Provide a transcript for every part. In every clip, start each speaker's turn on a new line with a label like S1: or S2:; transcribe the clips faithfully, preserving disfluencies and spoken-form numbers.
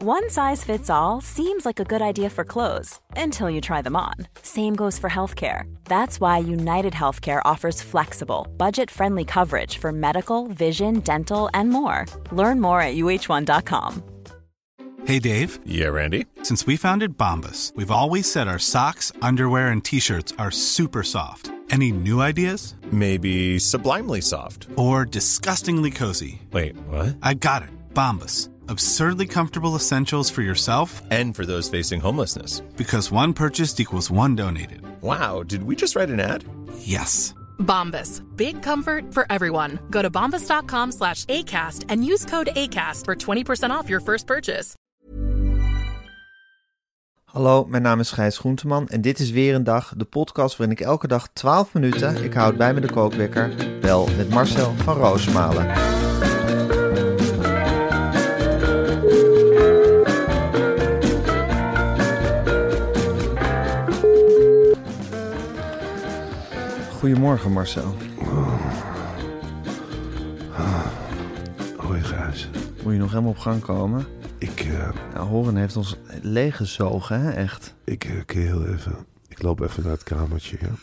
S1: One size fits all seems like a good idea for clothes until you try them on. Same goes for healthcare. That's why United Healthcare offers flexible, budget-friendly coverage for medical, vision, dental, and more. Learn more at U H one dot com.
S2: Hey, Dave.
S3: Yeah, Randy.
S2: Since we founded Bombas, we've always said our socks, underwear, and T-shirts are super soft. Any new ideas?
S3: Maybe sublimely soft.
S2: Or disgustingly cozy.
S3: Wait, what?
S2: I got it. Bombas. Absurdly comfortable essentials for yourself
S3: and for those facing homelessness.
S2: Because one purchased equals one donated.
S3: Wow, did we just write an ad?
S2: Yes.
S4: Bombas. Big comfort for everyone. Go to bombas.com slash ACAST and use code ACAST for twenty percent off your first purchase.
S5: Hallo, mijn naam is Gijs Groenteman en dit is weer een dag, de podcast waarin ik elke dag twaalf minuten, ik houd bij me de kookwekker, bel met Marcel van Roosmalen. Goedemorgen Marcel.
S6: Hoi Gijs.
S5: Moet je nog helemaal op gang komen?
S6: Ik... Uh,
S5: nou, Horen heeft ons leeggezogen, hè, echt.
S6: Ik uh, kun je heel even... Ik loop even naar het kamertje, ja.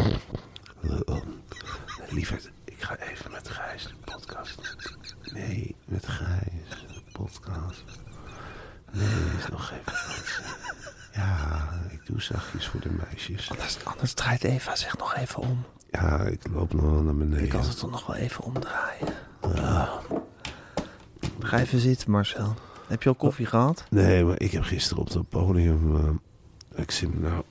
S6: uh, Lieverd, ik ga even met Gijs de podcast. Nee, met Gijs de podcast. Nee, is nog even... Ja, ik doe zachtjes voor de meisjes.
S5: Anders, anders draait Eva zich nog even om.
S6: Ja, ik loop nog wel naar beneden.
S5: Ik kan het toch nog wel even omdraaien. Uh. Ga even zitten, Marcel. Heb je al koffie uh, gehad?
S6: Nee, maar ik heb gisteren op het podium... Uh, ik zit nou...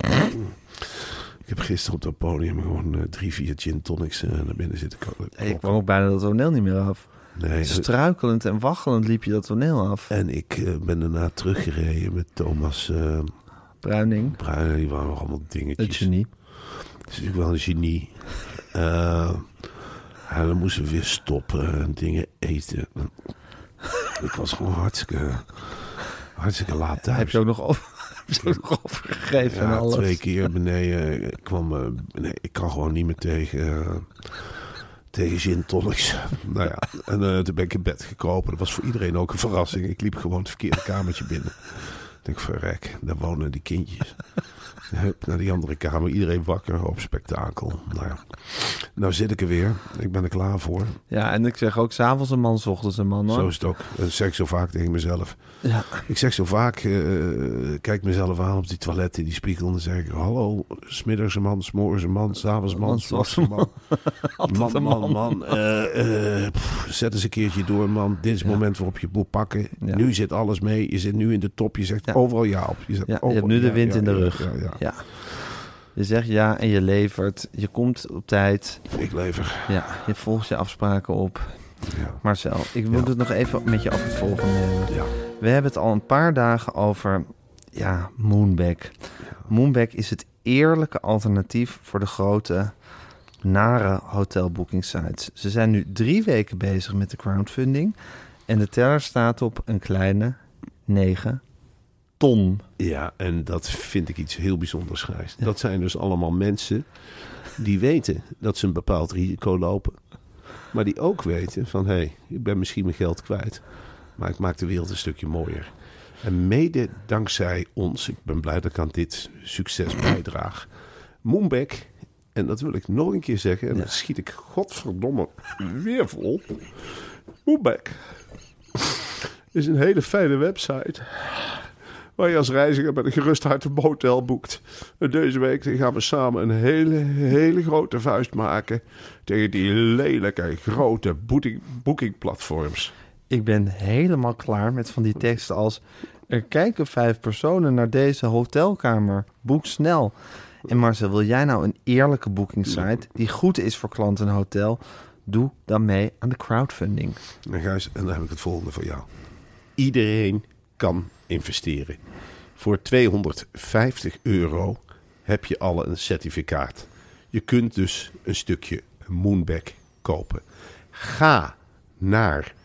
S6: ik heb gisteren op het podium gewoon uh, drie, vier gin tonics uh, naar binnen zitten komen.
S5: Hey, ik kwam ook bijna dat toneel niet meer af.
S6: Nee,
S5: struikelend en waggelend liep je dat toneel af.
S6: En ik uh, ben daarna teruggereden met Thomas... Uh,
S5: Bruining.
S6: Bruining, die waren nog allemaal dingetjes.
S5: Het genie.
S6: Het is natuurlijk wel een genie. Uh, ja, dan moesten we weer stoppen en dingen eten. Ik was gewoon hartstikke, hartstikke laat thuis.
S5: Heb je ook nog over, heb je ook nog overgegeven
S6: ja,
S5: en alles?
S6: Twee keer beneden. Ik kwam, uh, nee, ik kan gewoon niet meer tegen... Uh, Tegen gin tonics. Nou ja, en uh, toen ben ik in bed gekropen. Dat was voor iedereen ook een verrassing. Ik liep gewoon het verkeerde kamertje binnen. Ik denk, verrek, daar wonen die kindjes. Hup, naar die andere kamer. Iedereen wakker, hoop spektakel. Nou ja, nou zit ik er weer. Ik ben er klaar voor.
S5: Ja, en ik zeg ook 's avonds een man, 's ochtends een man. Hoor.
S6: Zo is het ook. Dat zeg ik zo vaak tegen mezelf.
S5: Ja.
S6: Ik zeg zo vaak, uh, kijk mezelf aan op die toilet in die spiegel. En dan zeg ik, hallo, 's middags een man, 's morgens een man, 's avonds een man, 's nachts een man. Man, man, man. man. Uh, uh, pff, zet eens een keertje door, man. Dit is het ja. moment waarop je moet pakken. Ja. Nu zit alles mee. Je zit nu in de top. Je zegt ja. overal ja op. Je, zegt
S5: ja,
S6: overal,
S5: je hebt nu de wind
S6: ja,
S5: in de
S6: ja,
S5: rug.
S6: Ja, ja, ja.
S5: Ja. Je zegt ja en je levert. Je komt op tijd.
S6: Ik lever.
S5: Ja, je volgt je afspraken op.
S6: Ja.
S5: Marcel, ik moet ja. het nog even met je af het volgende nemen.
S6: Ja.
S5: We hebben het al een paar dagen over ja, Moonbag. Ja. Moonbag is het eerlijke alternatief voor de grote, nare hotelboekingsites. Ze zijn nu drie weken bezig met de crowdfunding. En de teller staat op een kleine negen ton.
S6: Ja, en dat vind ik iets heel bijzonders, Gijs. Ja. Dat zijn dus allemaal mensen die weten dat ze een bepaald risico lopen. Maar die ook weten van, hé, hey, ik ben misschien mijn geld kwijt. Maar ik maak de wereld een stukje mooier. En mede dankzij ons, ik ben blij dat ik aan dit succes bijdraag. Moonbag, en dat wil ik nog een keer zeggen. En ja. dan schiet ik godverdomme weer vol. Moonbag is een hele fijne website waar je als reiziger met een gerust hart een motel boekt. En deze week gaan we samen een hele, hele grote vuist maken tegen die lelijke, grote boeking, boekingplatforms.
S5: Ik ben helemaal klaar met van die teksten als... Er kijken vijf personen naar deze hotelkamer. Boek snel. En Marcel, wil jij nou een eerlijke boekingssite die goed is voor klanten en hotel? Doe dan mee aan de crowdfunding.
S6: En Gijs, en dan heb ik het volgende voor jou. Iedereen kan investeren. Voor tweehonderdvijftig euro heb je al een certificaat. Je kunt dus een stukje Moonbag kopen. Ga naar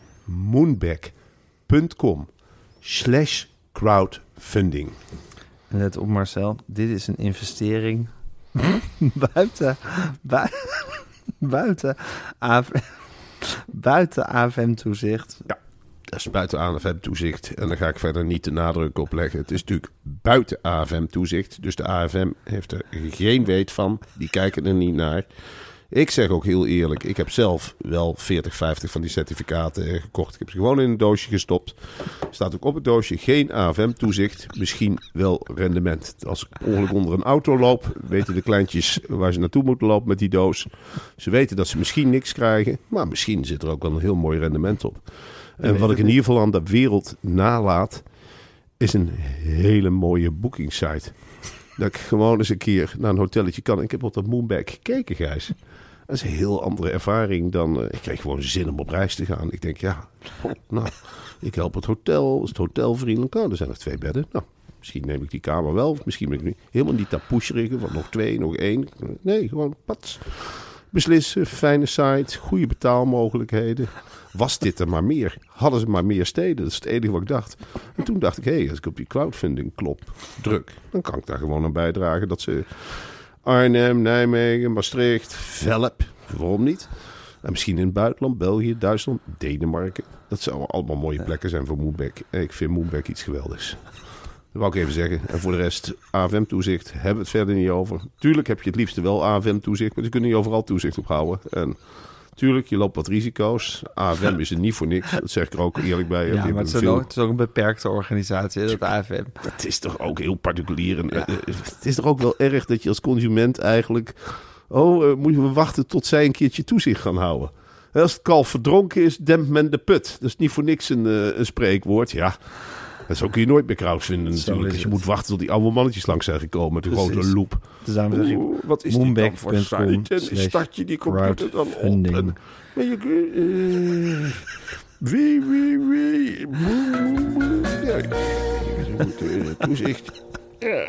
S6: moonbag.com slash crowdfunding.
S5: Let op Marcel, dit is een investering buiten, buiten, buiten, A V, buiten A V M-toezicht.
S6: Ja. Dat is buiten A F M-toezicht. En daar ga ik verder niet de nadruk op leggen. Het is natuurlijk buiten A F M-toezicht. Dus de A F M heeft er geen weet van. Die kijken er niet naar. Ik zeg ook heel eerlijk, ik heb zelf wel veertig, vijftig van die certificaten gekocht. Ik heb ze gewoon in een doosje gestopt. Staat ook op het doosje geen A F M-toezicht, misschien wel rendement. Als ik ongeluk onder een auto loop, weten de kleintjes waar ze naartoe moeten lopen met die doos. Ze weten dat ze misschien niks krijgen, maar misschien zit er ook wel een heel mooi rendement op. En wat ik in ieder geval aan de wereld nalaat, is een hele mooie boekingssite. Dat ik gewoon eens een keer naar een hotelletje kan. Ik heb op dat Moonbag gekeken, Gijs. Dat is een heel andere ervaring dan... Uh, ik kreeg gewoon zin om op reis te gaan. Ik denk, ja, oh, nou, ik help het hotel. Is het hotel vriendelijk? Oh, er zijn nog twee bedden. Nou, misschien neem ik die kamer wel. Of misschien ben ik nu helemaal niet daar pusherigen. Van nog twee, nog één. Nee, gewoon pats. Beslissen, fijne site, goede betaalmogelijkheden. Was dit er maar meer? Hadden ze maar meer steden? Dat is het enige wat ik dacht. En toen dacht ik, hé, hey, als ik op die crowdfunding klop, druk, dan kan ik daar gewoon aan bijdragen dat ze Arnhem, Nijmegen, Maastricht, Velp, waarom niet? En misschien in het buitenland, België, Duitsland, Denemarken. Dat zouden allemaal mooie plekken zijn voor Moonbag. En ik vind Moonbag iets geweldigs. Dat wou ik even zeggen. En voor de rest, A F M-toezicht, hebben we het verder niet over. Tuurlijk heb je het liefste wel A F M-toezicht, maar ze kunnen niet overal toezicht op houden. En tuurlijk, je loopt wat risico's. A F M is er niet voor niks. Dat zeg ik er ook eerlijk bij.
S5: Ja, maar het is, veel... ook, het is ook een beperkte organisatie, dat A F M.
S6: Het is toch ook heel particulier. En, ja. uh, het is toch ook wel erg dat je als consument eigenlijk... Oh, uh, moeten we wachten tot zij een keertje toezicht gaan houden. Als het kalf verdronken is, dempt men de put. Dat is niet voor niks een, uh, een spreekwoord. Ja, en zo kun je nooit meer crowdfunden natuurlijk. Dus je moet wachten tot die oude mannetjes langs zijn gekomen met een grote loop.
S5: Dus daarom zeg
S6: Oeh, wat is dit dan voor site? En start je die computer dan op? En, maar je kunt... Uh, wie, wie, wie... Ja, je moet uh, toezicht... Ja...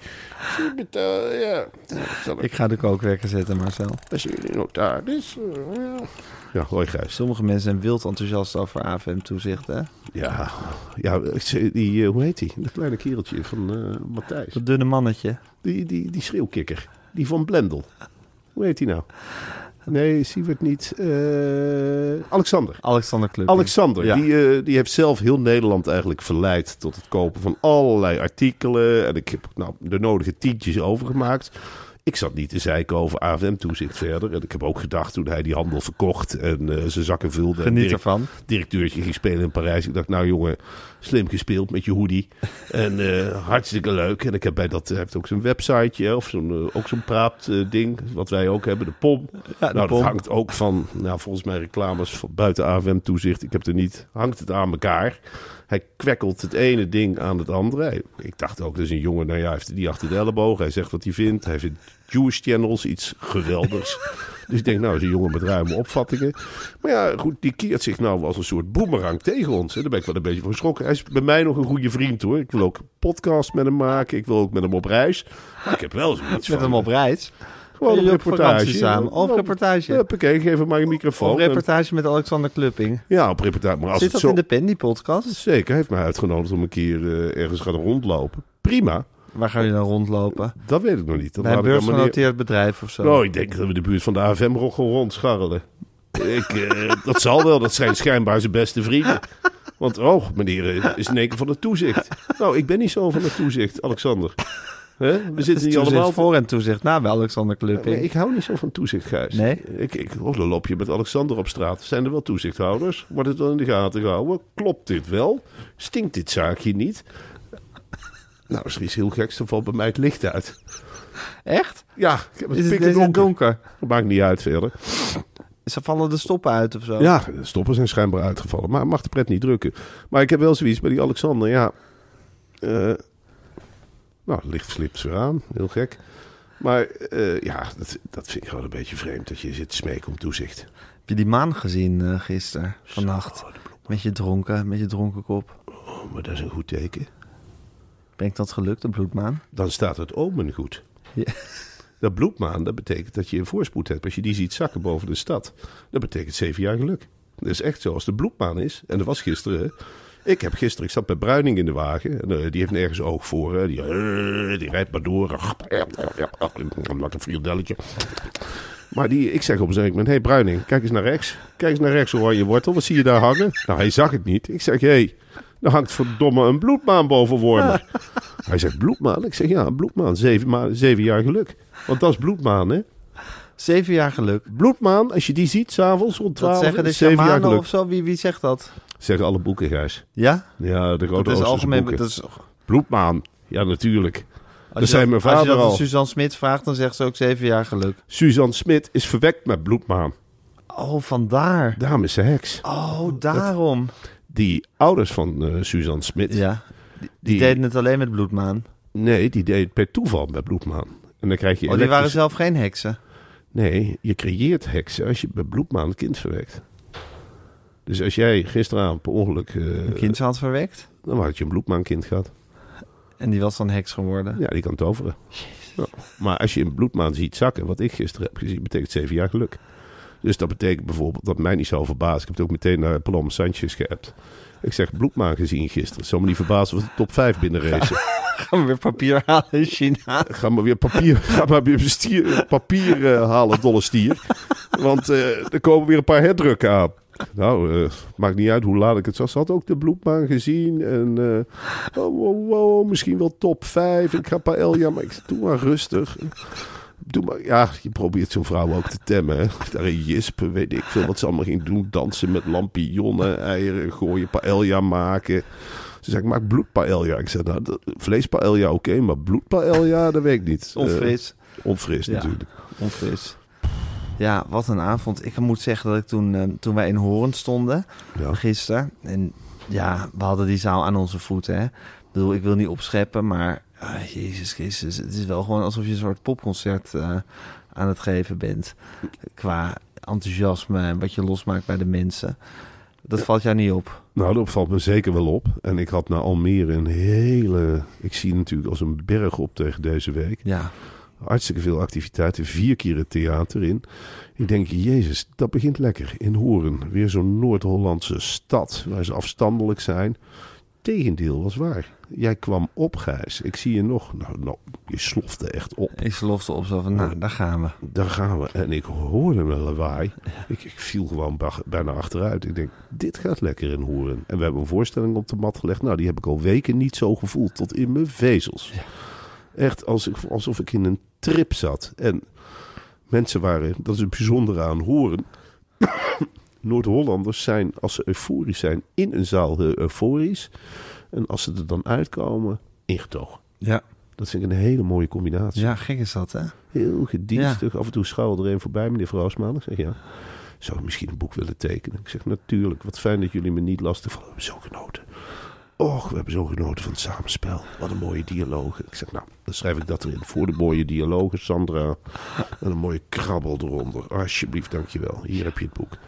S6: Betaal, ja.
S5: Ik ga de kookwekker zetten, Marcel.
S6: Als jullie notaris... Uh, ja, hoi Gijs.
S5: Sommige mensen zijn wild enthousiast over A F M-toezicht, hè?
S6: Ja, ja die, uh, hoe heet die? Dat kleine kereltje van uh, Matthijs.
S5: Dat dunne mannetje.
S6: Die, die, die schreeuwkikker. Die van Blendel. Hoe heet die nou? Nee, Siewert niet. Uh, Alexander.
S5: Alexander Klupping.
S6: Alexander, ja. die, uh, die heeft zelf heel Nederland eigenlijk verleid tot het kopen van allerlei artikelen. En ik heb nou, de nodige tientjes overgemaakt. Ik zat niet te zeiken over A F M-toezicht verder. En ik heb ook gedacht toen hij die handel verkocht en uh, zijn zakken vulde.
S5: Geniet
S6: en
S5: ervan.
S6: Directeurtje ging spelen in Parijs. Ik dacht, nou jongen, slim gespeeld met je hoodie. En uh, hartstikke leuk. En ik heb bij dat, hij heeft ook zo'n websiteje, of zo'n, uh, ook zo'n praat uh, ding, wat wij ook hebben, de P O M. Ja, de nou, P O M. Dat hangt ook van, nou volgens mij reclames van buiten A F M-toezicht. Ik heb er niet, hangt het aan elkaar. Hij kwekkelt het ene ding aan het andere. Ik dacht ook, dat is een jongen, nou ja, hij heeft die achter de elleboog. Hij zegt wat hij vindt. Hij vindt Jewish Channels iets geweldigs. Dus ik denk, nou, is een jongen met ruime opvattingen. Maar ja, goed, die keert zich nou als een soort boemerang tegen ons. En daar ben ik wel een beetje van geschrokken. Hij is bij mij nog een goede vriend, hoor. Ik wil ook podcast met hem maken. Ik wil ook met hem op reis. Maar ik heb wel zoiets
S5: Met van, hem op reis?
S6: Gewoon een reportage.
S5: Samen. Of reportage.
S6: Huppakee, geef hem maar een microfoon.
S5: Of reportage met Alexander Klupping.
S6: Ja, op reportage. Maar als
S5: Zit
S6: het
S5: dat
S6: zo...
S5: in de pen, die podcast?
S6: Zeker, hij heeft mij uitgenodigd om een keer uh, ergens gaan rondlopen. Prima.
S5: Waar gaan jullie dan rondlopen?
S6: Dat weet ik nog niet. Dat
S5: Bij een beursgenoteerd bedrijf of zo?
S6: Nou, ik denk dat we de buurt van de A F M gewoon rondscharrelen. ik, uh, dat zal wel, dat zijn schijnbaar zijn beste vrienden. Want, oh, meneer is in één keer van het toezicht. Nou, ik ben niet zo van het toezicht, Alexander. He? We zitten niet allemaal
S5: voor en toezicht na bij Alexander Klupping.
S6: Nee, ik hou niet zo van toezicht, Gijs.
S5: Nee?
S6: Ik, ik, oh, dan loop je met Alexander op straat. Zijn er wel toezichthouders? Wordt het wel in de gaten gehouden? Klopt dit wel? Stinkt dit zaakje niet? Nou, als er iets heel geks, dan valt bij mij het licht uit.
S5: Echt?
S6: Ja, ik heb het
S5: is het, is het donker?
S6: Dat maakt niet uit verder.
S5: Ze vallen de stoppen uit of zo?
S6: Ja, de stoppen zijn schijnbaar uitgevallen. Maar mag de pret niet drukken. Maar ik heb wel zoiets bij die Alexander. Ja, uh, nou, licht slipt weer aan. Heel gek. Maar uh, ja, dat, dat vind ik gewoon een beetje vreemd. Dat je zit te smeken om toezicht.
S5: Heb je die maan gezien uh, gisteren, vannacht? Zo, met je dronken, met je dronken kop.
S6: Oh, maar dat is een goed teken.
S5: Ben ik dat gelukt, de bloedmaan?
S6: Dan staat het omen goed.
S5: Ja.
S6: Dat bloedmaan, dat betekent dat je een voorspoed hebt. Als je die ziet zakken boven de stad, dat betekent zeven jaar geluk. Dat is echt zo. Als de bloedmaan is, en dat was gisteren... Ik heb gisteren, ik zat met Bruining in de wagen. En, uh, die heeft nergens oog voor. Hè. Die, uh, die rijdt maar door. Maakt een friedelletje. Maar die, ik zeg op een gegeven moment, hé hey Bruining, kijk eens naar rechts. Kijk eens naar rechts, oranje wortel, wat zie je daar hangen? Nou, hij zag het niet. Ik zeg, hé, hey, er hangt verdomme een bloedmaan boven Wormer. Hij zegt, bloedmaan? Ik zeg, ja, een bloedmaan, zeven, ma- zeven jaar geluk. Want dat is bloedmaan, hè?
S5: Zeven jaar geluk.
S6: Bloedmaan, als je die ziet, s'avonds rond twaalf,
S5: Dat zeggen de
S6: zeven jaar
S5: shamanen
S6: geluk.
S5: of zo? Wie, wie zegt dat?
S6: Zeggen alle boeken, Gijs.
S5: Ja?
S6: Ja, de grote
S5: Dat is
S6: Oosterse
S5: algemeen...
S6: boeken.
S5: Dat is,
S6: Bloedmaan, ja, natuurlijk.
S5: als
S6: Dat zei mijn
S5: Als je
S6: vader
S5: dat
S6: al.
S5: aan Suzanne Smit vraagt, dan zegt ze ook zeven jaar geluk.
S6: Suzanne Smit is verwekt met bloedmaan.
S5: Oh, vandaar.
S6: Daarom is ze heks.
S5: Oh, daarom.
S6: Die ouders van uh, Suzanne Smit...
S5: Ja, die, die
S6: Die-
S5: deden het alleen met bloedmaan.
S6: Nee, die deed het per toeval met bloedmaan. En dan krijg je
S5: Oh, die waren
S6: elektrisch-
S5: zelf geen heksen.
S6: Nee, je creëert heksen als je bij bloedmaan een kind verwekt. Dus als jij gisteravond per ongeluk... Uh,
S5: Een kind had verwekt.
S6: dan had je een bloedmaankind gehad.
S5: En die was dan heks geworden.
S6: Ja, die kan toveren. Ja. Maar als je een bloedmaan ziet zakken, wat ik gisteren heb gezien, betekent zeven jaar geluk. Dus dat betekent bijvoorbeeld, dat mij niet zou verbazen. Ik heb het ook meteen naar Paloma Sanchez geappt. Ik zeg, bloedmaan gezien gisteren. Zou me niet verbazen of de top vijf binnenracen.
S5: Gaan we weer papier halen in China.
S6: Ga maar weer papier, ga maar weer stier, papier uh, halen, dolle stier. Want uh, er komen weer een paar herdrukken aan. Nou, uh, maakt niet uit hoe laat ik het zag. Ze had ook de bloedmaan gezien. En uh, oh, wow, wow, misschien wel top vijf. Ik ga paella, maar ik doe maar rustig. Doe maar, ja, je probeert zo'n vrouw ook te temmen. Hè? Daar in Jispen, weet ik veel wat ze allemaal ging doen. Dansen met lampionnen, eieren gooien, paella maken. Ze zei, ik maak bloedpaella. Ik zei, nou, vleespaella oké, okay, maar bloedpaella, dat weet ik niet.
S5: Onfris.
S6: Uh, onfris
S5: Ja.
S6: natuurlijk.
S5: Onfris. Ja, wat een avond. Ik moet zeggen dat ik toen, uh, toen wij in Hoorn stonden,
S6: Ja.
S5: gisteren. En ja, we hadden die zaal aan onze voeten. Hè. Ik bedoel, ik wil niet opscheppen, maar ah, Jezus Christus. Het is wel gewoon alsof je een soort popconcert uh, aan het geven bent. Qua enthousiasme en wat je losmaakt bij de mensen. Dat ja. valt jou niet op?
S6: Nou, dat valt me zeker wel op. En ik had naar Almere een hele... Ik zie natuurlijk als een berg op tegen deze week.
S5: Ja.
S6: Hartstikke veel activiteiten. Vier keer het theater in. Ik denk, jezus, dat begint lekker. In Hoorn, weer zo'n Noord-Hollandse stad waar ze afstandelijk zijn. Tegendeel was waar. Jij kwam op, Gijs. Ik zie je nog. Nou, nou je slofte echt op.
S5: Ik slofte op zo van, nou, daar gaan we.
S6: Daar gaan we. En ik hoorde een lawaai. Ik, ik viel gewoon bijna achteruit. Ik denk, dit gaat lekker in Hoorn. En we hebben een voorstelling op de mat gelegd. Nou, die heb ik al weken niet zo gevoeld. Tot in mijn vezels. Ja. Echt als ik, alsof ik in een trip zat. En mensen waren, dat is het bijzondere aan Hoorn. Noord-Hollanders zijn, als ze euforisch zijn, in een zaal heel euforisch. En als ze er dan uitkomen, ingetogen.
S5: Ja.
S6: Dat vind ik een hele mooie combinatie.
S5: Ja, gek is dat, hè?
S6: Heel gedienstig. Ja. Af en toe schouwde er een voorbij, meneer Vrouwsman. Ik zeg, ja, zou ik misschien een boek willen tekenen? Ik zeg, natuurlijk. Wat fijn dat jullie me niet lastig vallen. We hebben zo genoten. Och, we hebben zo genoten van het samenspel. Wat een mooie dialogen. Ik zeg, nou, dan schrijf ik dat erin. Voor de mooie dialogen, Sandra. En een mooie krabbel eronder. Alsjeblieft, dankjewel. Hier heb je het boek.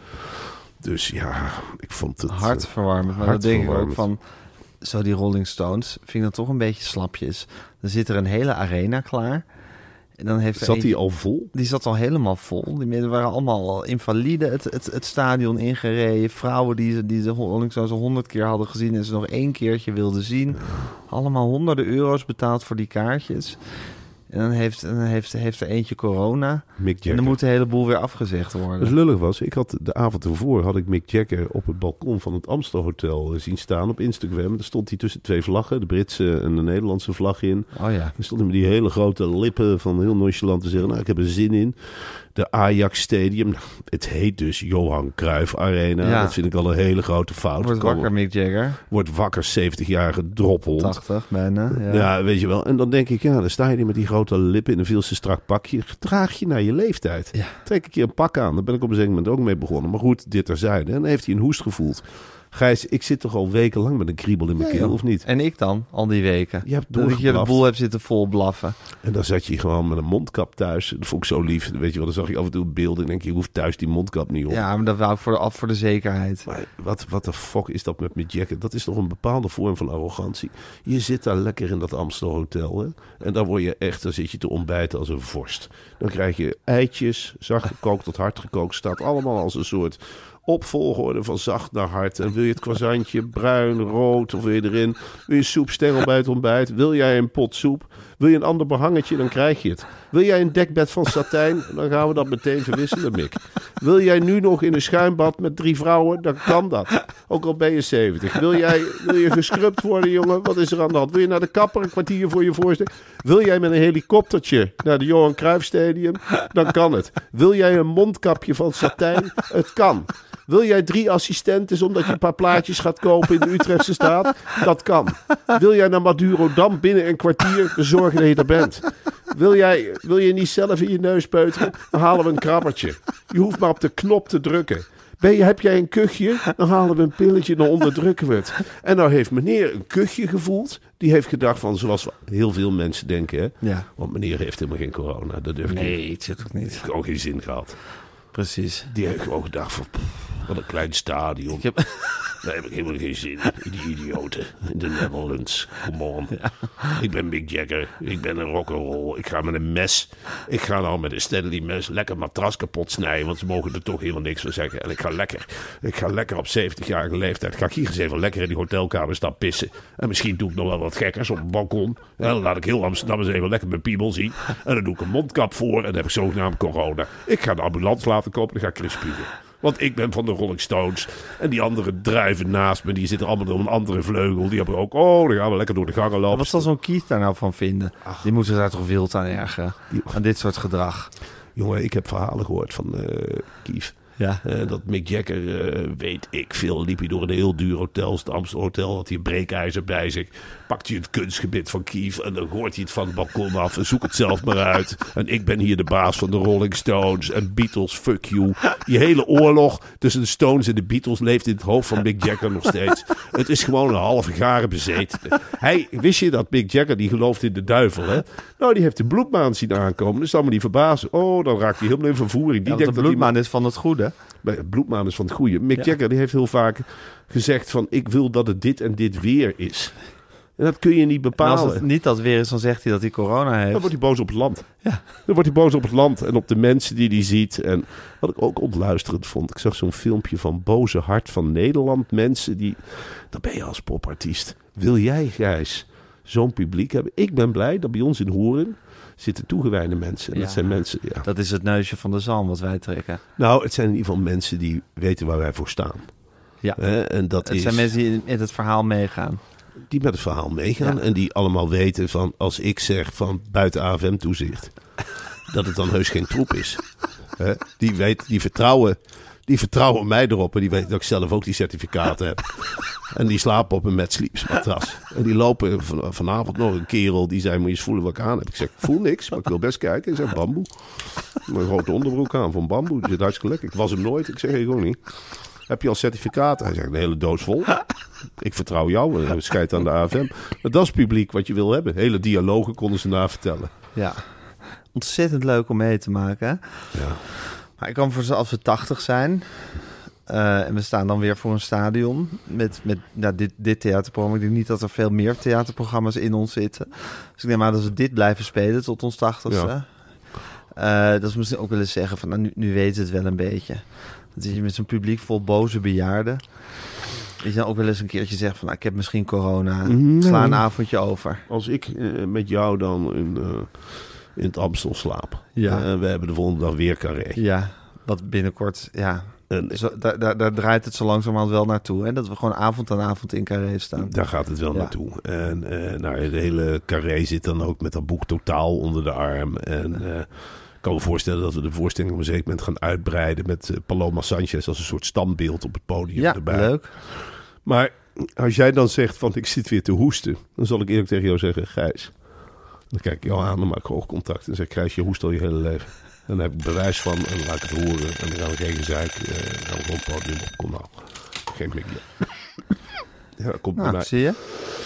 S6: Dus ja, ik vond het...
S5: Hartverwarmend. Maar dat denk ik ook van... Zo die Rolling Stones, vind ik dat toch een beetje slapjes. Dan zit er een hele arena klaar. En dan heeft er
S6: zat
S5: een,
S6: die al vol?
S5: Die zat al helemaal vol. Die mensen waren allemaal invalide het, het, het stadion ingereden. Vrouwen die, die de Rolling Stones al honderd keer hadden gezien... en ze nog één keertje wilden zien. Ja. Allemaal honderden euro's betaald voor die kaartjes. En dan heeft, en dan heeft, heeft er eentje corona.
S6: Mick Jagger.
S5: En dan moet de hele boel weer afgezegd worden.
S6: Dus lullig was, ik had de avond ervoor had ik Mick Jagger op het balkon van het Amstel Hotel zien staan op Instagram. Daar stond hij tussen twee vlaggen, de Britse en de Nederlandse vlag in.
S5: Oh ja.
S6: Dan stond hij met die hele grote lippen van heel nonchalant te zeggen, nou ik heb er zin in. De Ajax Stadium, nou, het heet dus Johan Cruijff Arena. Ja. Dat vind ik al een hele grote fout.
S5: Wordt wakker, Mick Jagger.
S6: Wordt wakker, zeventigjarige drophond.
S5: tachtig bijna, ja.
S6: Ja, weet je wel. En dan denk ik, ja, dan sta je er met die grote lippen in een veel te strak pakje. Draag je naar je leeftijd. Ja. Trek een keer een pak aan. Daar ben ik op een gegeven moment ook mee begonnen. Maar goed, dit terzijde. En dan heeft hij een hoest gevoeld. Gijs, ik zit toch al wekenlang met een kriebel in mijn ja, keel, of niet?
S5: En ik dan, al die weken.
S6: Je hebt
S5: dat je de boel hebt zitten vol blaffen.
S6: En dan zat je gewoon met een mondkap thuis. Dat vond ik zo lief. Weet je wel, dan zag ik af en toe beelden en denk je, je hoeft thuis die mondkap niet op.
S5: Ja, maar dat wou ik voor de, af voor de zekerheid.
S6: Maar wat, wat de fuck is dat met Mick Jagger? Dat is toch een bepaalde vorm van arrogantie. Je zit daar lekker in dat Amstel Hotel, hè? En dan word je echt, dan zit je te ontbijten als een vorst. Dan krijg je eitjes, zacht gekookt tot hard gekookt. Staat allemaal als een soort... op volgorde van zacht naar hard. En wil je het croissantje bruin, rood of wil je erin? Wil je soepstengel bij het ontbijt? Wil jij een pot soep? Wil je een ander behangetje? Dan krijg je het. Wil jij een dekbed van satijn? Dan gaan we dat meteen verwisselen, Mick. Wil jij nu nog in een schuimbad met drie vrouwen? Dan kan dat. Ook al ben je zeventig. Wil jij wil je gescrubt worden, jongen? Wat is er aan de hand? Wil je naar de kapper een kwartier voor je voorstel? Wil jij met een helikoptertje naar de Johan Cruijff Stadium? Dan kan het. Wil jij een mondkapje van satijn? Het kan. Wil jij drie assistentes omdat je een paar plaatjes gaat kopen in de Utrechtse straat? Dat kan. Wil jij naar Madurodam binnen een kwartier zorgen dat je er bent? Wil jij, wil je niet zelf in je neus peuteren? Dan halen we een krabbertje. Je hoeft maar op de knop te drukken. Ben je, heb jij een kuchje? Dan halen we een pilletje, dan onderdrukken we het. En nou heeft meneer een kuchje gevoeld. Die heeft gedacht van, zoals heel veel mensen denken. Hè?
S5: Ja.
S6: Want meneer heeft helemaal geen corona. Dat durf ik
S5: Nee,
S6: niet.
S5: het zit ook niet.
S6: Heeft ook geen zin gehad.
S5: Precies.
S6: Die heeft gewoon gedacht van, pff, wat een klein stadion.
S5: Ik heb...
S6: Daar heb ik helemaal geen zin in. Die idioten in de Netherlands. Come on. Ja. Ik ben Mick Jagger. Ik ben een rock'n'roll. Ik ga met een mes. Ik ga nou met een Stanley mes lekker matras kapot snijden. Want ze mogen er toch helemaal niks van zeggen. En ik ga lekker. Ik ga lekker op zeventigjarige leeftijd. Ga ik hier eens even lekker in die hotelkamer staan pissen. En misschien doe ik nog wel wat gekkers op het balkon. En dan laat ik heel Amsterdam eens even lekker mijn piemel zien. En dan doe ik een mondkap voor. En dan heb ik zogenaamd corona. Ik ga de ambulance laten kopen. Dan ga ik Chris spugen. Want ik ben van de Rolling Stones. En die andere druiven naast me, die zitten allemaal op een andere vleugel. Die hebben ook, oh, dan gaan we lekker door de gangen lopen.
S5: Wat zal zo'n Keith daar nou van vinden? Ach. Die moeten daar toch wild aan ergeren. Die... Aan dit soort gedrag.
S6: Jongen, ik heb verhalen gehoord van uh, Keith.
S5: Ja.
S6: Uh, dat Mick Jagger, uh, weet ik veel, liep hij door een heel duur hotel. Het Amsterdam Hotel, had hij een breekijzer bij zich. Pakt hij het kunstgebit van Keith en dan gooit hij het van het balkon af. En zoek het zelf maar uit. En ik ben hier de baas van de Rolling Stones. En Beatles, fuck you. Die hele oorlog tussen de Stones en de Beatles leeft in het hoofd van Mick Jagger nog steeds. Het is gewoon een halve garen bezeten. Hij, wist je dat Mick Jagger, die gelooft in de duivel, hè? Nou, die heeft de bloedmaan zien aankomen. Dus dan moet hij verbazen. Oh, dan raakt hij helemaal in vervoering. Die
S5: ja,
S6: denkt
S5: de
S6: dat
S5: bloedmaan
S6: die...
S5: is van het goede.
S6: Bloedmaan is van het goede. Mick
S5: ja.
S6: Jagger die heeft heel vaak gezegd van, ik wil dat het dit en dit weer is. En dat kun je niet bepalen.
S5: En als het niet dat weer is, dan zegt hij dat hij corona heeft.
S6: Dan wordt hij boos op het land.
S5: Ja.
S6: Dan wordt hij boos op het land en op de mensen die hij ziet. En wat ik ook ontluisterend vond. Ik zag zo'n filmpje van Boze Hart van Nederland. Mensen die... Dan ben je als popartiest. Wil jij, Gijs, zo'n publiek hebben? Ik ben blij dat bij ons in Horen zitten toegewijde mensen. En
S5: ja,
S6: dat zijn mensen... Ja.
S5: Dat is het neusje van de zalm wat wij trekken.
S6: Nou, het zijn in ieder geval mensen die weten waar wij voor staan.
S5: Ja,
S6: eh, en dat
S5: het
S6: is...
S5: zijn mensen die in het verhaal meegaan.
S6: Die met het verhaal meegaan. Ja. En die allemaal weten van, als ik zeg van buiten A F M-toezicht, dat het dan heus geen troep is. He? Die, weet, die, vertrouwen, die vertrouwen mij erop. En die weten dat ik zelf ook die certificaten heb. En die slapen op een Mad Sleeps matras. En die lopen van, vanavond nog een kerel die zei, moet je eens voelen wat ik aan heb. Ik zeg, ik voel niks, maar ik wil best kijken. Ik zeg, bamboe. Een grote onderbroek aan van bamboe. Die zit hartstikke lekker. Ik was hem nooit. Ik zeg, ik ook niet. Heb je al certificaten? Hij zegt, een hele doos vol. Ik vertrouw jou. Het scheidt aan de A F M. Maar dat is het publiek wat je wil hebben. Hele dialogen konden ze na vertellen.
S5: Ja, ontzettend leuk om mee te maken. Hè?
S6: Ja.
S5: Maar ik kan voor ze als we tachtig zijn. Uh, en we staan dan weer voor een stadion. Met, met nou, dit, dit theaterprogramma. Ik denk niet dat er veel meer theaterprogramma's in ons zitten. Dus ik denk maar dat we dit blijven spelen tot ons tachtigste. Ja. Uh, dat is misschien ook wel eens zeggen van, nou, nu, nu weten het wel een beetje. Dat je met zo'n publiek vol boze bejaarden. Dat je dan ook wel eens een keertje zegt van, nou, ik heb misschien corona.
S6: Nee.
S5: Sla een avondje over.
S6: Als ik uh, met jou dan in, uh, in het Amstel slaap.
S5: Ja.
S6: Uh, we hebben de volgende dag weer Carré.
S5: Ja, wat binnenkort, ja.
S6: En,
S5: zo, daar, daar, daar draait het zo langzamerhand wel naartoe. Hè? Dat we gewoon avond aan avond in Carré staan.
S6: Daar gaat het wel ja. naartoe. En uh, nou, de hele Carré zit dan ook met dat boek Totaal onder de arm. En... Uh, Ik kan me voorstellen dat we de voorstelling op een zeker moment gaan uitbreiden met uh, Paloma Sanchez als een soort standbeeld op het podium
S5: ja,
S6: erbij.
S5: Leuk.
S6: Maar als jij dan zegt van ik zit weer te hoesten, dan zal ik eerlijk tegen jou zeggen, Gijs. Dan kijk ik jou aan, dan maak ik oogcontact en zeg Gijs, je hoest al je hele leven. En dan heb ik bewijs van en dan laat ik het horen en dan gaan we geen gezeik, uh, dan gaan we gewoon het podium op. Kom nou, geen blikje. Ja, komt
S5: nou,
S6: bij mij.
S5: Zie je?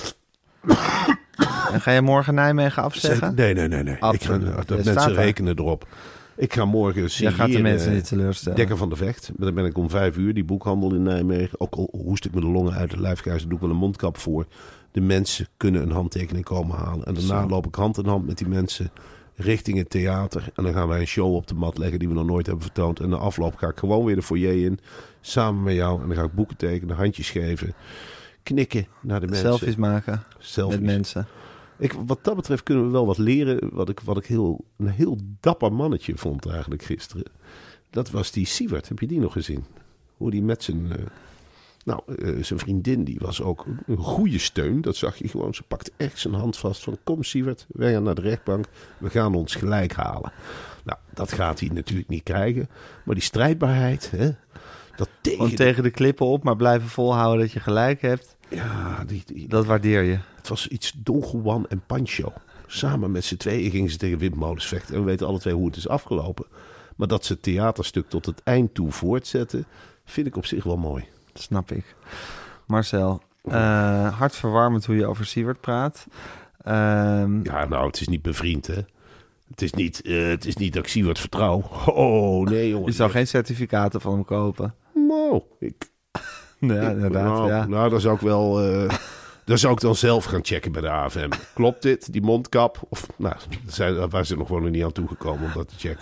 S5: En ga je morgen Nijmegen afzeggen?
S6: Nee, nee, nee. nee. Ik ga, dat mensen rekenen erop. Ik ga morgen
S5: signeren. Je gaat de mensen niet teleurstellen.
S6: Dekker van de Vecht. Dan ben ik om vijf uur, die boekhandel in Nijmegen. Ook al hoest ik me de longen uit de lijfkruis, doe ik wel een mondkap voor. De mensen kunnen een handtekening komen halen. En daarna Zo. loop ik hand in hand met die mensen richting het theater. En dan gaan wij een show op de mat leggen die we nog nooit hebben vertoond. En na afloop ga ik gewoon weer de foyer in. Samen met jou. En dan ga ik boeken tekenen, handjes geven. Knikken naar de mensen.
S5: Selfies maken
S6: Selfies.
S5: met mensen.
S6: Ik, wat dat betreft kunnen we wel wat leren. Wat ik, wat ik heel, een heel dapper mannetje vond eigenlijk gisteren. Dat was die Siewert. Heb je die nog gezien? Hoe die met zijn... Uh, nou, uh, zijn vriendin, die was ook een goede steun. Dat zag je gewoon. Ze pakte echt zijn hand vast van... Kom Siewert, wij gaan naar de rechtbank. We gaan ons gelijk halen. Nou, dat gaat hij natuurlijk niet krijgen. Maar die strijdbaarheid... Hè, dat tegen,
S5: Gewoon tegen de klippen op, maar blijven volhouden dat je gelijk hebt.
S6: Ja, die, die,
S5: dat waardeer je.
S6: Het was iets Don Juan en Pancho. Samen met z'n tweeën gingen ze tegen windmolens vechten. En we weten alle twee hoe het is afgelopen. Maar dat ze het theaterstuk tot het eind toe voortzetten... vind ik op zich wel mooi.
S5: Dat snap ik. Marcel, uh, hartverwarmend hoe je over Siewert praat. Um,
S6: ja, nou, het is niet bevriend, hè. Het is niet, uh, het is niet dat ik Siewert vertrouw. Oh, nee, jongen.
S5: Je zou geen certificaten van hem kopen?
S6: Nou, ik...
S5: Ja, inderdaad,
S6: nou,
S5: ja.
S6: Nou, dan zou ik wel... Uh, dan zou ik dan zelf gaan checken bij de A F M. Klopt dit, die mondkap? Of, nou, daar waren ze nog gewoon niet aan toegekomen om dat te checken.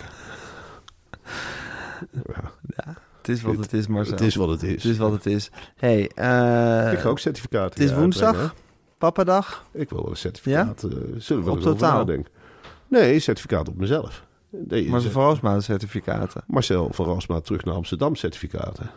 S5: Ja. ja. Het is wat het, het is, Marcel.
S6: Het is wat het is.
S5: Het is wat het is. Hey, uh,
S6: ik ga ook certificaten.
S5: Het is
S6: ja,
S5: woensdag, papadag.
S6: Ik wil wel een certificaat. Ja? Uh, zullen we
S5: op
S6: er
S5: totaal?
S6: over nadenken? Nee, certificaat op mezelf. Nee,
S5: Marcel van Roosmalen certificaten.
S6: Marcel van Roosmalen terug naar Amsterdam certificaten.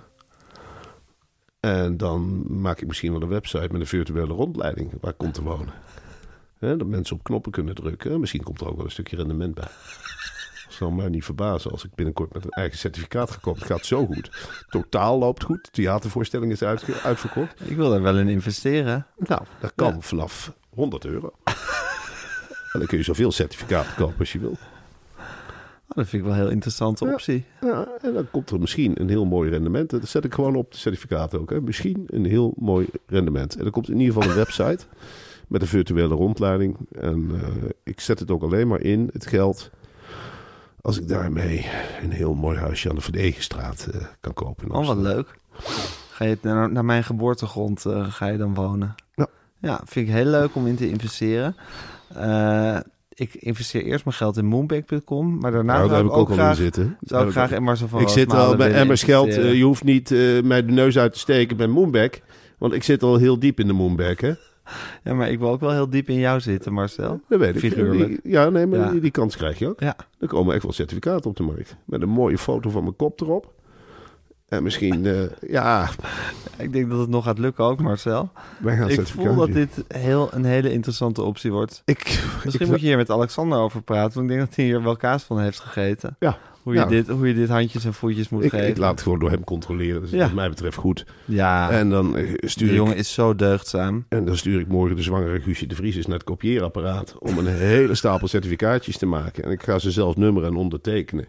S6: En dan maak ik misschien wel een website met een virtuele rondleiding waar ik kom te wonen. He, dat mensen op knoppen kunnen drukken. Misschien komt er ook wel een stukje rendement bij. Dat zal mij niet verbazen als ik binnenkort met een eigen certificaat ga komen. Het gaat zo goed. Totaal loopt goed. De theatervoorstelling is uitge- uitverkocht.
S5: Ik wil er wel in investeren.
S6: Nou, dat kan
S5: ja.
S6: vanaf honderd euro. En dan kun je zoveel certificaten kopen als je wil.
S5: Oh, dat vind ik wel een heel interessante optie.
S6: Ja, ja, en dan komt er misschien een heel mooi rendement. Dat zet ik gewoon op de certificaat ook. Hè. Misschien een heel mooi rendement. En er komt in ieder geval een website met een virtuele rondleiding. En uh, ik zet het ook alleen maar in, het geld, als ik daarmee een heel mooi huisje aan de Verdegenstraat uh, kan kopen.
S5: Oh, wat leuk. Ga je naar, naar mijn geboortegrond uh, ga je dan wonen?
S6: Ja.
S5: Ja, vind ik heel leuk om in te investeren. Uh, Ik investeer eerst mijn geld in moonbag punt com, maar daarna
S6: nou,
S5: zou
S6: daar
S5: ik
S6: heb ik ook
S5: ook
S6: al
S5: graag,
S6: in zitten.
S5: Zou ik graag in Marcel van
S6: Ik zit al bij Emmers geld. Uh, je hoeft niet uh, mij de neus uit te steken bij Moonbag, want ik zit al heel diep in de Moonbag, hè?
S5: Ja, maar ik wil ook wel heel diep in jou zitten, Marcel.
S6: Dat weet ik.
S5: Figuurlijk.
S6: Ja, nee, maar
S5: ja.
S6: Die, die kans krijg je ook.
S5: Ja.
S6: Er komen echt wel certificaten op de markt. Met een mooie foto van mijn kop erop. En misschien, uh, ja...
S5: Ik denk dat het nog gaat lukken ook, Marcel.
S6: Wij gaan
S5: ik voel dat dit heel, een hele interessante optie wordt.
S6: Ik,
S5: Misschien
S6: ik,
S5: moet je hier met Alexander over praten. Want ik denk dat hij hier wel kaas van heeft gegeten.
S6: Ja.
S5: Hoe je,
S6: ja.
S5: dit, hoe je dit handjes en voetjes moet
S6: ik,
S5: geven.
S6: Ik laat het gewoon door hem controleren. Dus ja. wat mij betreft goed.
S5: Ja,
S6: en dan uh, stuur
S5: de
S6: ik,
S5: jongen is zo deugdzaam.
S6: En dan stuur ik morgen de zwangere Guusje de Vries eens naar het kopieerapparaat. Om een hele stapel certificaatjes te maken. En ik ga ze zelf nummeren en ondertekenen.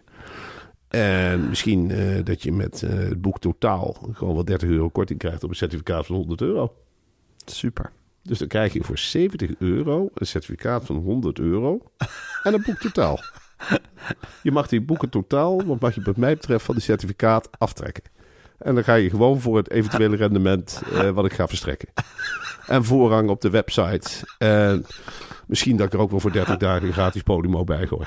S6: En misschien uh, dat je met uh, het boek Totaal gewoon wel dertig euro korting krijgt op een certificaat van honderd euro.
S5: Super.
S6: Dus dan krijg je voor zeventig euro een certificaat van honderd euro en een boek Totaal. Je mag die boeken Totaal, wat mag je wat mij betreft van die certificaat aftrekken. En dan ga je gewoon voor het eventuele rendement uh, wat ik ga verstrekken. En voorrang op de website. En misschien dat ik er ook wel voor dertig dagen een gratis Podimo bij gooi.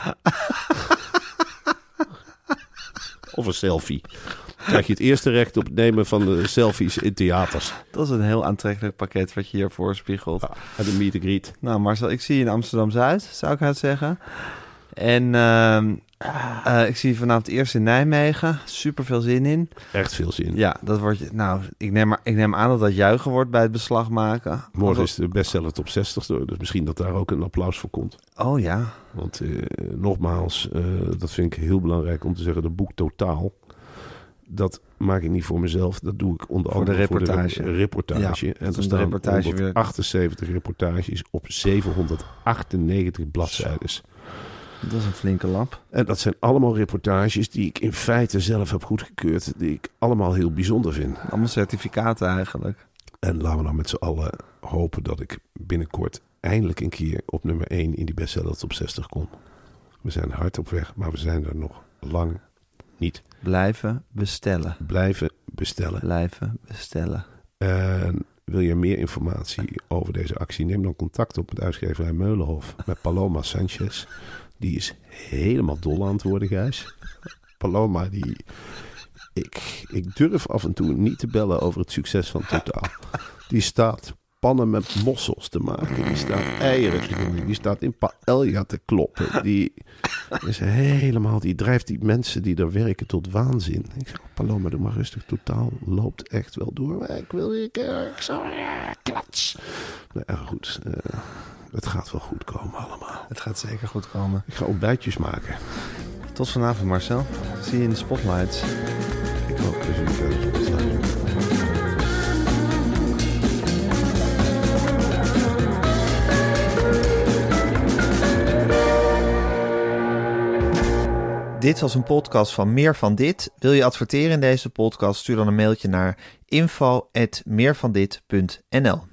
S6: Of een selfie. Dan krijg je het eerste recht op het nemen van de selfies in theaters.
S5: Dat is een heel aantrekkelijk pakket wat je hier voorspiegelt.
S6: Ja, en de meet and greet.
S5: Nou Marcel, ik zie je in Amsterdam-Zuid, zou ik het zeggen. En uh, uh, ik zie je vanavond eerst in Nijmegen. Super veel zin in.
S6: Echt veel zin.
S5: Ja, dat wordt je. Nou, ik neem, maar, ik neem aan dat dat juichen wordt bij het beslag maken.
S6: Morgen is de bestseller top zestig, dus misschien dat daar ook een applaus voor komt.
S5: Oh ja.
S6: Want uh, nogmaals, uh, dat vind ik heel belangrijk om te zeggen, de boek Totaal. Dat maak ik niet voor mezelf. Dat doe ik onder andere
S5: voor de reportage.
S6: Voor de reportage.
S5: Ja,
S6: en er staan
S5: reportage
S6: honderdachtenzeventig weer. reportages op zevenhonderdachtennegentig bladzijden.
S5: Dat is een flinke lap.
S6: En dat zijn allemaal reportages die ik in feite zelf heb goedgekeurd. Die ik allemaal heel bijzonder vind.
S5: Allemaal certificaten eigenlijk.
S6: En laten we nou met z'n allen hopen dat ik binnenkort eindelijk een keer op nummer één in die bestseller top zestig kom. We zijn hard op weg, maar we zijn er nog lang niet.
S5: Blijven bestellen.
S6: Blijven bestellen.
S5: Blijven bestellen.
S6: En wil je meer informatie over deze actie? Neem dan contact op met uitgeverij Meulenhof. Met Paloma Sanchez. Die is helemaal dol aan het worden, Gijs. Paloma, die... Ik, ik durf af en toe niet te bellen over het succes van Totaal. Die staat pannen met mossels te maken. Die staat eieren te doen. Die staat in paella te kloppen. Die is helemaal, die drijft die mensen die er werken tot waanzin. Ik zeg, Paloma, doe maar rustig. Totaal loopt echt wel door. Ik wil, ik, ik zou, klats. Nou ja, goed. Uh, het gaat wel goed komen allemaal.
S5: Het gaat zeker goed komen.
S6: Ik ga ontbijtjes maken.
S5: Tot vanavond, Marcel. Zie je in de spotlights.
S6: Ik hoop dat jullie verder spotlights.
S5: Dit was een podcast van Meer van Dit. Wil je adverteren in deze podcast? Stuur dan een mailtje naar info at meervandit punt n l.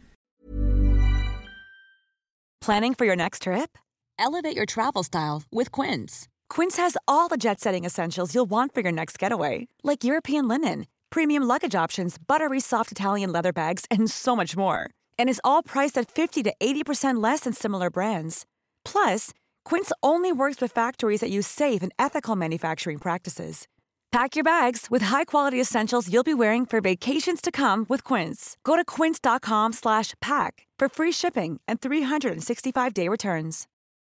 S1: Planning for your next trip?
S7: Elevate your travel style with Quince.
S1: Quince has all the jet-setting essentials you'll want for your next getaway, like European linen, premium luggage options, buttery soft Italian leather bags, and so much more. And is all priced at fifty to eighty percent less than similar brands. Plus, Quince only works with factories that use safe and ethical manufacturing practices. Pack your bags with high-quality essentials you'll be wearing for vacations to come with Quince. Go to quince dot com slash pack for free shipping and three sixty-five day returns.